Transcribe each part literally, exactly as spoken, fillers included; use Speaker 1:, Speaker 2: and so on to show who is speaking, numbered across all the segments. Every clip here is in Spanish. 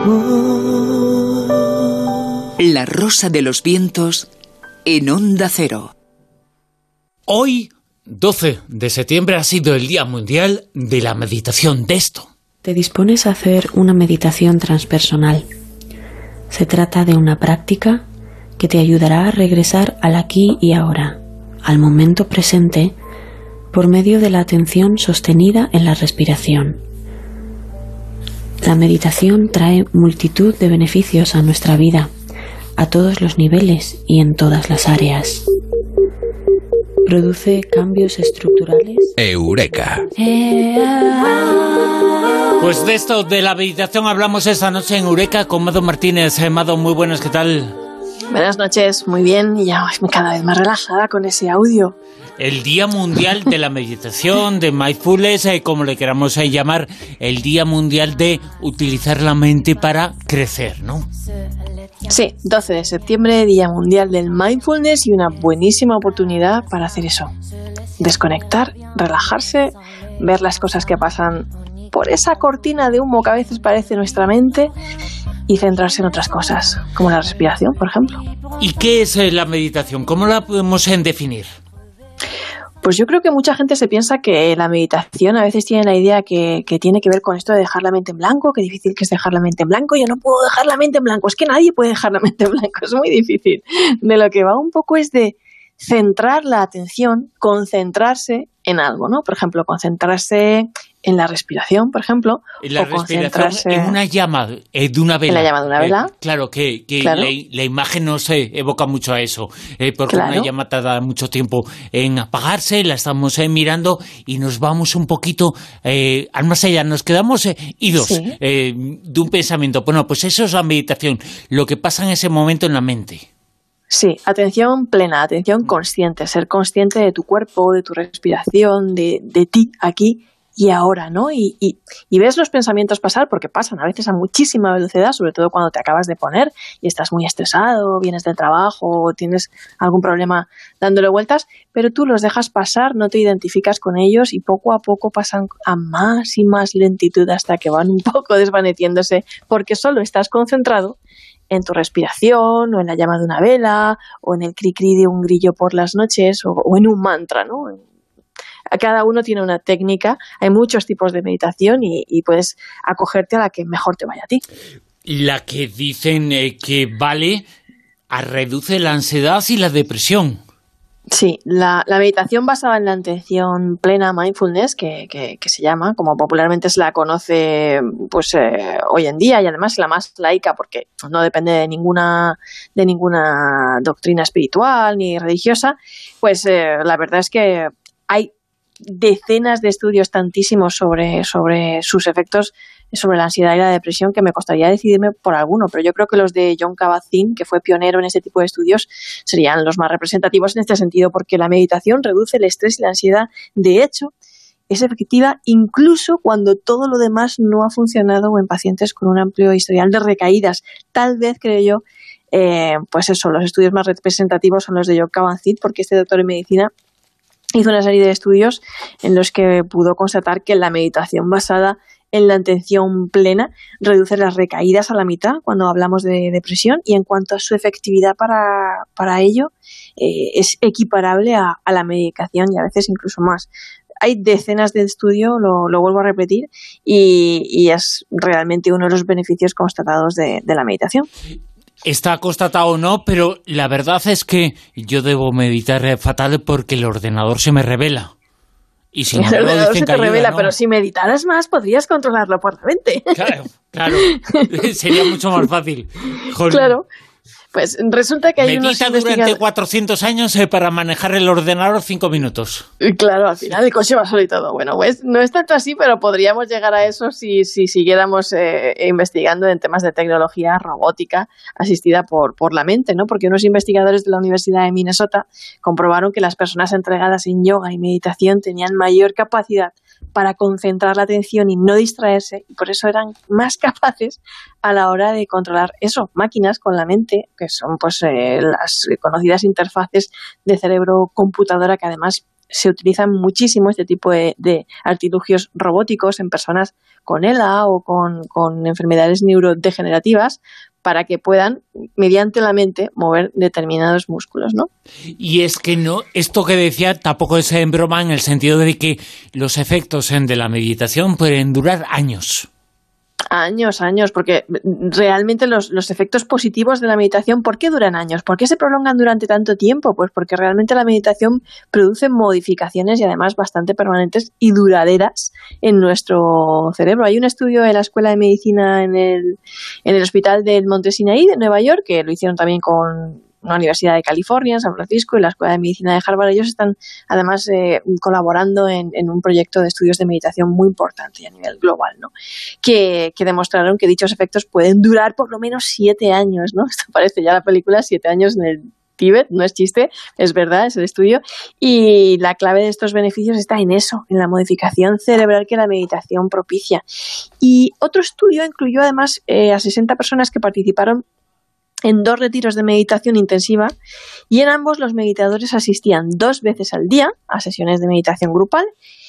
Speaker 1: La Rosa de los Vientos en Onda Cero.
Speaker 2: Hoy, doce de septiembre, ha sido el Día Mundial de la Meditación. De esto
Speaker 3: te dispones a hacer una meditación transpersonal. Se trata de una práctica que te ayudará a regresar al aquí y ahora, al momento presente, por medio de la atención sostenida en la respiración. La meditación trae multitud de beneficios a nuestra vida, a todos los niveles y en todas las áreas. Produce cambios estructurales.
Speaker 4: Eureka.
Speaker 2: Pues de esto, de la meditación, hablamos esta noche en Eureka con Mado Martínez. Eh, Mado, muy buenas, ¿qué tal?
Speaker 5: Buenas noches, muy bien, y ya cada vez más relajada con ese audio.
Speaker 2: El Día Mundial de la Meditación, de Mindfulness, eh, como le queramos eh, llamar, el Día Mundial de utilizar la mente para crecer, ¿no?
Speaker 5: Sí, doce de septiembre, Día Mundial del Mindfulness, y una buenísima oportunidad para hacer eso. Desconectar, relajarse, ver las cosas que pasan por esa cortina de humo que a veces parece nuestra mente y centrarse en otras cosas, como la respiración, por ejemplo.
Speaker 2: ¿Y qué es eh, la meditación? ¿Cómo la podemos eh, definir?
Speaker 5: Pues yo creo que mucha gente se piensa que la meditación a veces tiene la idea que, que tiene que ver con esto de dejar la mente en blanco, que difícil que es dejar la mente en blanco. Yo no puedo dejar la mente en blanco, es que nadie puede dejar la mente en blanco, es muy difícil. De lo que va un poco es de centrar la atención, concentrarse en algo, ¿no? Por ejemplo, concentrarse en la respiración, por ejemplo.
Speaker 2: En la
Speaker 5: o
Speaker 2: respiración, en una llama eh, de una vela.
Speaker 5: En la llama de una vela.
Speaker 2: Eh, claro, que, que
Speaker 5: claro.
Speaker 2: La, la imagen no se evoca mucho a eso, eh, porque claro. Una llama tarda mucho tiempo en apagarse, la estamos eh, mirando y nos vamos un poquito eh, al más allá, nos quedamos eh, idos sí. eh, de un pensamiento. Bueno, pues eso es la meditación, lo que pasa en ese momento en la mente.
Speaker 5: Sí, atención plena, atención consciente, ser consciente de tu cuerpo, de tu respiración, de, de ti aquí y ahora, ¿no? Y, y, y ves los pensamientos pasar, porque pasan a veces a muchísima velocidad, sobre todo cuando te acabas de poner y estás muy estresado, vienes del trabajo o tienes algún problema dándole vueltas, pero tú los dejas pasar, no te identificas con ellos y poco a poco pasan a más y más lentitud hasta que van un poco desvaneciéndose, porque solo estás concentrado en tu respiración, o en la llama de una vela, o en el cri-cri de un grillo por las noches, o, o en un mantra, ¿no? Cada uno tiene una técnica, hay muchos tipos de meditación y, y puedes acogerte a la que mejor te vaya a ti.
Speaker 2: La que dicen eh, que vale a reduce la ansiedad y la depresión.
Speaker 5: Sí, la, la meditación basada en la atención plena, mindfulness, que, que, que se llama, como popularmente se la conoce pues eh, hoy en día, y además es la más laica porque no depende de ninguna, de ninguna doctrina espiritual ni religiosa, pues eh, la verdad es que hay decenas de estudios, tantísimos, sobre, sobre sus efectos sobre la ansiedad y la depresión, que me costaría decidirme por alguno, pero yo creo que los de Jon Kabat-Zinn, que fue pionero en este tipo de estudios, serían los más representativos en este sentido, porque la meditación reduce el estrés y la ansiedad. De hecho, es efectiva incluso cuando todo lo demás no ha funcionado o en pacientes con un amplio historial de recaídas. Tal vez, creo yo, eh, pues eso, los estudios más representativos son los de Jon Kabat-Zinn, porque este doctor en medicina hizo una serie de estudios en los que pudo constatar que la meditación basada en la atención plena reduce las recaídas a la mitad cuando hablamos de depresión, y en cuanto a su efectividad para, para ello, eh, es equiparable a, a la medicación y a veces incluso más. Hay decenas de estudios, lo, lo vuelvo a repetir, y, y es realmente uno de los beneficios constatados de, de la meditación.
Speaker 2: Está constatado o no, pero la verdad es que yo debo meditar fatal porque el ordenador se me revela. Y si no,
Speaker 5: el ordenador se te
Speaker 2: ayuda,
Speaker 5: revela,
Speaker 2: ¿no?
Speaker 5: Pero si meditaras más podrías controlarlo por la mente.
Speaker 2: Claro, claro. Sería mucho más fácil. Joder.
Speaker 5: Claro. Pues resulta que hay
Speaker 2: Medita
Speaker 5: unos
Speaker 2: durante
Speaker 5: investigadores...
Speaker 2: cuatrocientos años eh, para manejar el ordenador cinco minutos.
Speaker 5: Claro, al final el coche va solo y todo. Bueno, pues no es tanto así, pero podríamos llegar a eso si, si siguiéramos eh, investigando en temas de tecnología robótica asistida por, por la mente, ¿no? Porque unos investigadores de la Universidad de Minnesota comprobaron que las personas entregadas en yoga y meditación tenían mayor capacidad para concentrar la atención y no distraerse, y por eso eran más capaces a la hora de controlar eso, máquinas con la mente, que son pues eh, las conocidas interfaces de cerebro-computadora, que además se utilizan muchísimo este tipo de, de artilugios robóticos en personas con E L A o con, con enfermedades neurodegenerativas para que puedan, mediante la mente, mover determinados músculos, ¿no?
Speaker 2: Y es que no, esto que decía tampoco es en broma, en el sentido de que los efectos de la meditación pueden durar años.
Speaker 5: Años, años, porque realmente los, los efectos positivos de la meditación, ¿por qué duran años? ¿Por qué se prolongan durante tanto tiempo? Pues porque realmente la meditación produce modificaciones y además bastante permanentes y duraderas en nuestro cerebro. Hay un estudio de la Escuela de Medicina en el, en el Hospital del Monte Sinaí de Nueva York, que lo hicieron también con una universidad de California, en San Francisco, y la Escuela de Medicina de Harvard. Ellos están además eh, colaborando en, en un proyecto de estudios de meditación muy importante a nivel global, ¿no? Que, que demostraron que dichos efectos pueden durar por lo menos siete años, ¿no? Esto parece ya la película Siete años en el Tíbet, no es chiste, es verdad, es el estudio, y la clave de estos beneficios está en eso, en la modificación cerebral que la meditación propicia. Y otro estudio incluyó además eh, a sesenta personas que participaron en dos retiros de meditación intensiva, y en ambos los meditadores asistían dos veces al día a sesiones de meditación grupal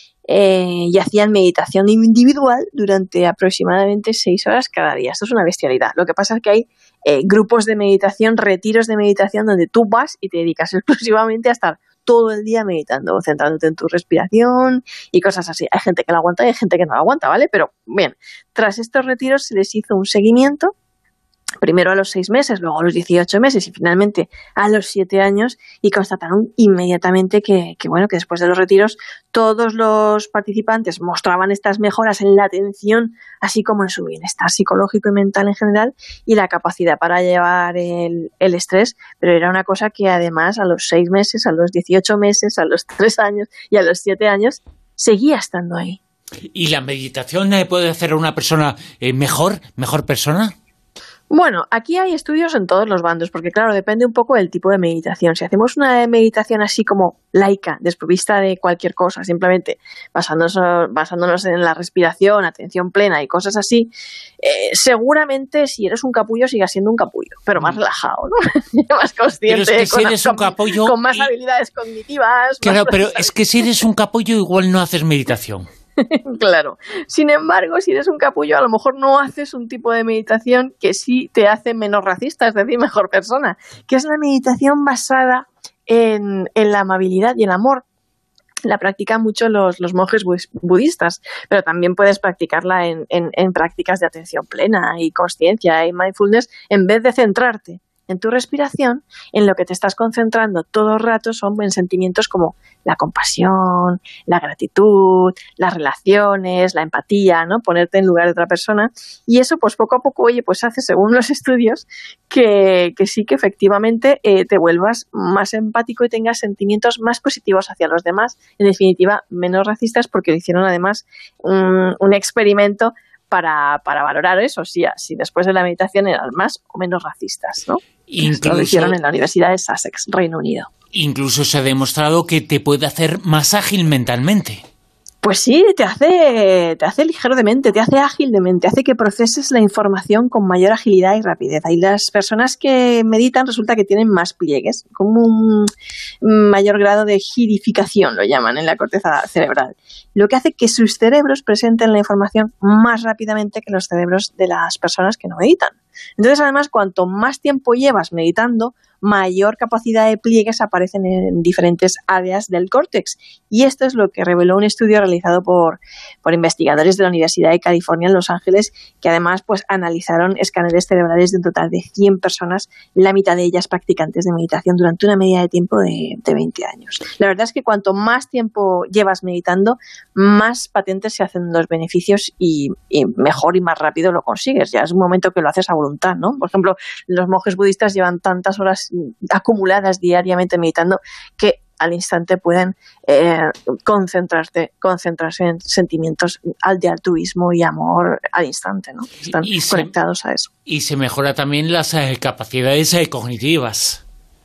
Speaker 5: eh, y hacían meditación individual durante aproximadamente seis horas cada día. Esto es una bestialidad. Lo que pasa es que hay eh, grupos de meditación, retiros de meditación donde tú vas y te dedicas exclusivamente a estar todo el día meditando, centrándote en tu respiración y cosas así. Hay gente que lo aguanta y hay gente que no lo aguanta, ¿vale? Pero bien, tras estos retiros se les hizo un seguimiento, primero a los seis meses, luego a los dieciocho meses y finalmente a los siete años, y constataron inmediatamente que, que, bueno, que después de los retiros todos los participantes mostraban estas mejoras en la atención, así como en su bienestar psicológico y mental en general y la capacidad para llevar el, el estrés, pero era una cosa que además a los seis meses, a los dieciocho meses, a los tres años y a los siete años seguía estando ahí.
Speaker 2: ¿Y la meditación puede hacer a una persona eh, mejor, mejor persona?
Speaker 5: Bueno, aquí hay estudios en todos los bandos, porque claro, depende un poco del tipo de meditación. Si hacemos una meditación así como laica, desprovista de cualquier cosa, simplemente basándonos, basándonos en la respiración, atención plena y cosas así, eh, seguramente si eres un capullo sigas siendo un capullo, pero más relajado, ¿no? Más consciente,
Speaker 2: pero es que si
Speaker 5: con,
Speaker 2: eres un capullo
Speaker 5: con más
Speaker 2: y...
Speaker 5: habilidades cognitivas.
Speaker 2: Claro, pero es que si eres un capullo igual no haces meditación.
Speaker 5: Claro. Sin embargo, si eres un capullo, a lo mejor no haces un tipo de meditación que sí te hace menos racista, es decir, mejor persona, que es la meditación basada en, en la amabilidad y el amor. La practican mucho los, los monjes budistas, pero también puedes practicarla en, en, en prácticas de atención plena y consciencia y mindfulness, en vez de centrarte en tu respiración, en lo que te estás concentrando todo el rato son en sentimientos como la compasión, la gratitud, las relaciones, la empatía, ¿no? Ponerte en lugar de otra persona. Y eso, pues poco a poco, oye, pues hace, según los estudios, que, que sí que efectivamente eh, te vuelvas más empático y tengas sentimientos más positivos hacia los demás. En definitiva, menos racistas, porque lo hicieron además un, un experimento Para, para valorar eso, si, si después de la meditación eran más o menos racistas, ¿no? Incluso, lo hicieron en la Universidad de Sussex, Reino Unido.
Speaker 2: Incluso se ha demostrado que te puede hacer más ágil mentalmente.
Speaker 5: Pues sí, te hace, te hace ligero de mente, te hace ágil de mente, hace que proceses la información con mayor agilidad y rapidez. Y las personas que meditan resulta que tienen más pliegues, como un mayor grado de girificación, lo llaman en la corteza cerebral, lo que hace que sus cerebros presenten la información más rápidamente que los cerebros de las personas que no meditan. Entonces, además, cuanto más tiempo llevas meditando, mayor capacidad de pliegues aparecen en diferentes áreas del córtex. Y esto es lo que reveló un estudio realizado por, por investigadores de la Universidad de California en Los Ángeles, que además pues analizaron escáneres cerebrales de un total de cien personas, la mitad de ellas practicantes de meditación, durante una media de tiempo de, de veinte años. La verdad es que cuanto más tiempo llevas meditando, más patentes se hacen los beneficios y, y mejor y más rápido lo consigues. Ya es un momento que lo haces a voluntad, ¿no? Por ejemplo, los monjes budistas llevan tantas horas acumuladas diariamente meditando que al instante pueden eh, concentrarte, concentrarse en sentimientos de altruismo y amor al instante, ¿no? Están y conectados
Speaker 2: se,
Speaker 5: a eso.
Speaker 2: Y se mejora también las eh, capacidades eh, cognitivas.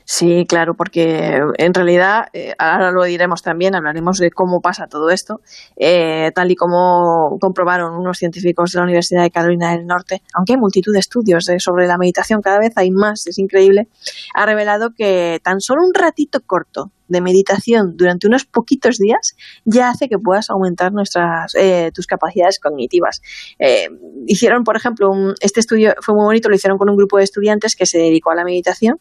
Speaker 5: Sí, claro, porque en realidad, eh, ahora lo diremos también, hablaremos de cómo pasa todo esto, eh, tal y como comprobaron unos científicos de la Universidad de Carolina del Norte, aunque hay multitud de estudios de, sobre la meditación, cada vez hay más, es increíble, ha revelado que tan solo un ratito corto de meditación durante unos poquitos días ya hace que puedas aumentar nuestras eh, tus capacidades cognitivas. Eh, hicieron, por ejemplo, un, este estudio fue muy bonito, lo hicieron con un grupo de estudiantes que se dedicó a la meditación,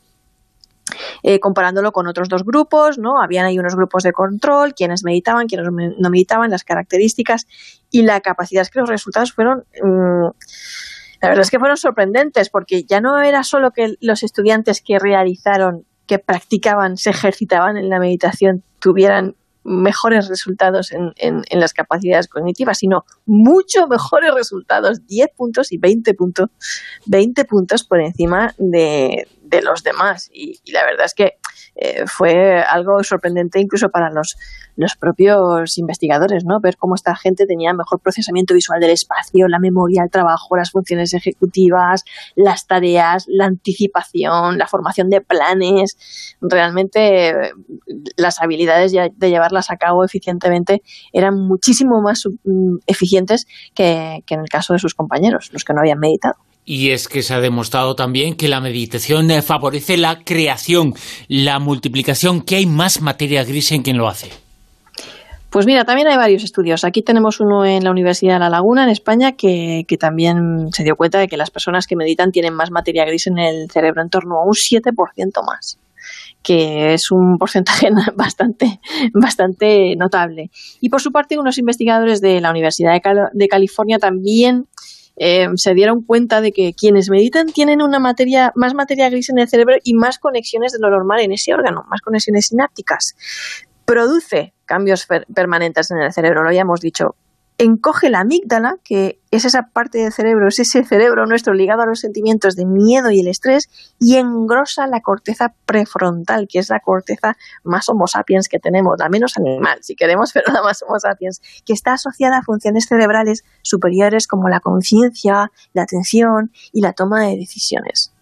Speaker 5: Eh, comparándolo con otros dos grupos, ¿no? Habían ahí unos grupos de control, quienes meditaban, quienes no meditaban, las características y la capacidad. Es que los resultados fueron, mmm, la verdad es que fueron sorprendentes, porque ya no era solo que los estudiantes que realizaron, que practicaban, se ejercitaban en la meditación, tuvieran mejores resultados en, en, en las capacidades cognitivas, sino mucho mejores resultados, diez puntos y veinte puntos, veinte puntos por encima de, de los demás. Y, y la verdad es que eh, fue algo sorprendente incluso para los, los propios investigadores, ¿no? Ver cómo esta gente tenía mejor procesamiento visual del espacio, la memoria, el trabajo, las funciones ejecutivas, las tareas, la anticipación, la formación de planes. Realmente eh, las habilidades de llevarlas a cabo eficientemente eran muchísimo más um, eficientes que, que en el caso de sus compañeros, los que no habían meditado.
Speaker 2: Y es que se ha demostrado también que la meditación favorece la creación, la multiplicación, que hay más materia gris en quien lo hace.
Speaker 5: Pues mira, también hay varios estudios. Aquí tenemos uno en la Universidad de La Laguna, en España, que, que también se dio cuenta de que las personas que meditan tienen más materia gris en el cerebro, en torno a un siete por ciento más, que es un porcentaje bastante, bastante notable. Y por su parte, unos investigadores de la Universidad de, Cal- de California también Eh, se dieron cuenta de que quienes meditan tienen una materia, más materia gris en el cerebro y más conexiones de lo normal en ese órgano, más conexiones sinápticas. Produce cambios fer- permanentes en el cerebro, lo habíamos dicho. Encoge la amígdala, que es esa parte del cerebro, es ese cerebro nuestro ligado a los sentimientos de miedo y el estrés, y engrosa la corteza prefrontal, que es la corteza más homo sapiens que tenemos, la menos animal, si queremos, pero la más homo sapiens, que está asociada a funciones cerebrales superiores como la conciencia, la atención y la toma de decisiones.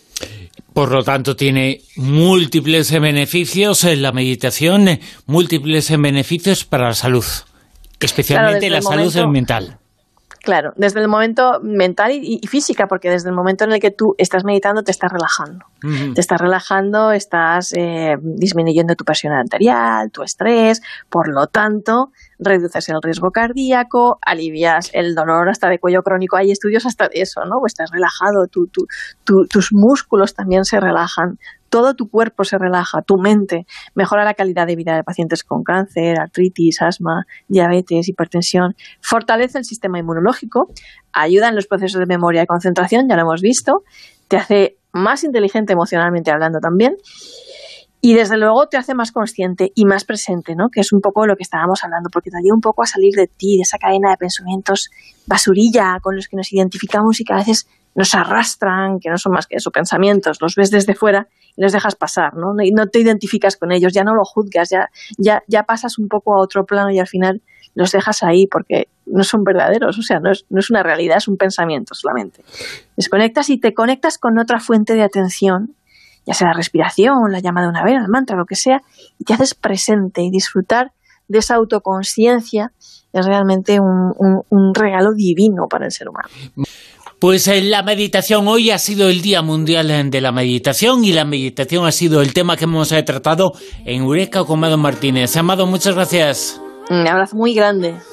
Speaker 2: Por lo tanto, tiene múltiples beneficios en la meditación, múltiples beneficios para la salud. Especialmente claro, la salud momento, mental.
Speaker 5: Claro, desde el momento mental y, y física, porque desde el momento en el que tú estás meditando te estás relajando. Uh-huh. Te estás relajando, estás eh, disminuyendo tu presión arterial, tu estrés, por lo tanto, reduces el riesgo cardíaco, alivias el dolor hasta de cuello crónico. Hay estudios hasta de eso, ¿no? Pues estás relajado, tu, tu, tu, tus músculos también se relajan. Todo tu cuerpo se relaja, tu mente mejora la calidad de vida de pacientes con cáncer, artritis, asma, diabetes, hipertensión, fortalece el sistema inmunológico, ayuda en los procesos de memoria y concentración, ya lo hemos visto, te hace más inteligente emocionalmente hablando también, y desde luego te hace más consciente y más presente, ¿no? Que es un poco lo que estábamos hablando, porque te ayuda un poco a salir de ti, de esa cadena de pensamientos basurilla con los que nos identificamos y que a veces nos arrastran, que no son más que esos pensamientos, los ves desde fuera y los dejas pasar, ¿no? Y no te identificas con ellos, ya no lo juzgas, ya, ya, ya pasas un poco a otro plano y al final los dejas ahí porque no son verdaderos, o sea, no es, no es una realidad, es un pensamiento solamente. Desconectas y te conectas con otra fuente de atención, ya sea la respiración, la llama de una vela, el mantra, lo que sea, y te haces presente, y disfrutar de esa autoconsciencia es realmente un, un, un regalo divino para el ser humano.
Speaker 2: Pues eh, la meditación, hoy ha sido el Día Mundial de la Meditación y la meditación ha sido el tema que hemos eh, tratado en Eureka con Amado Martínez. Amado, muchas gracias.
Speaker 5: Un abrazo muy grande.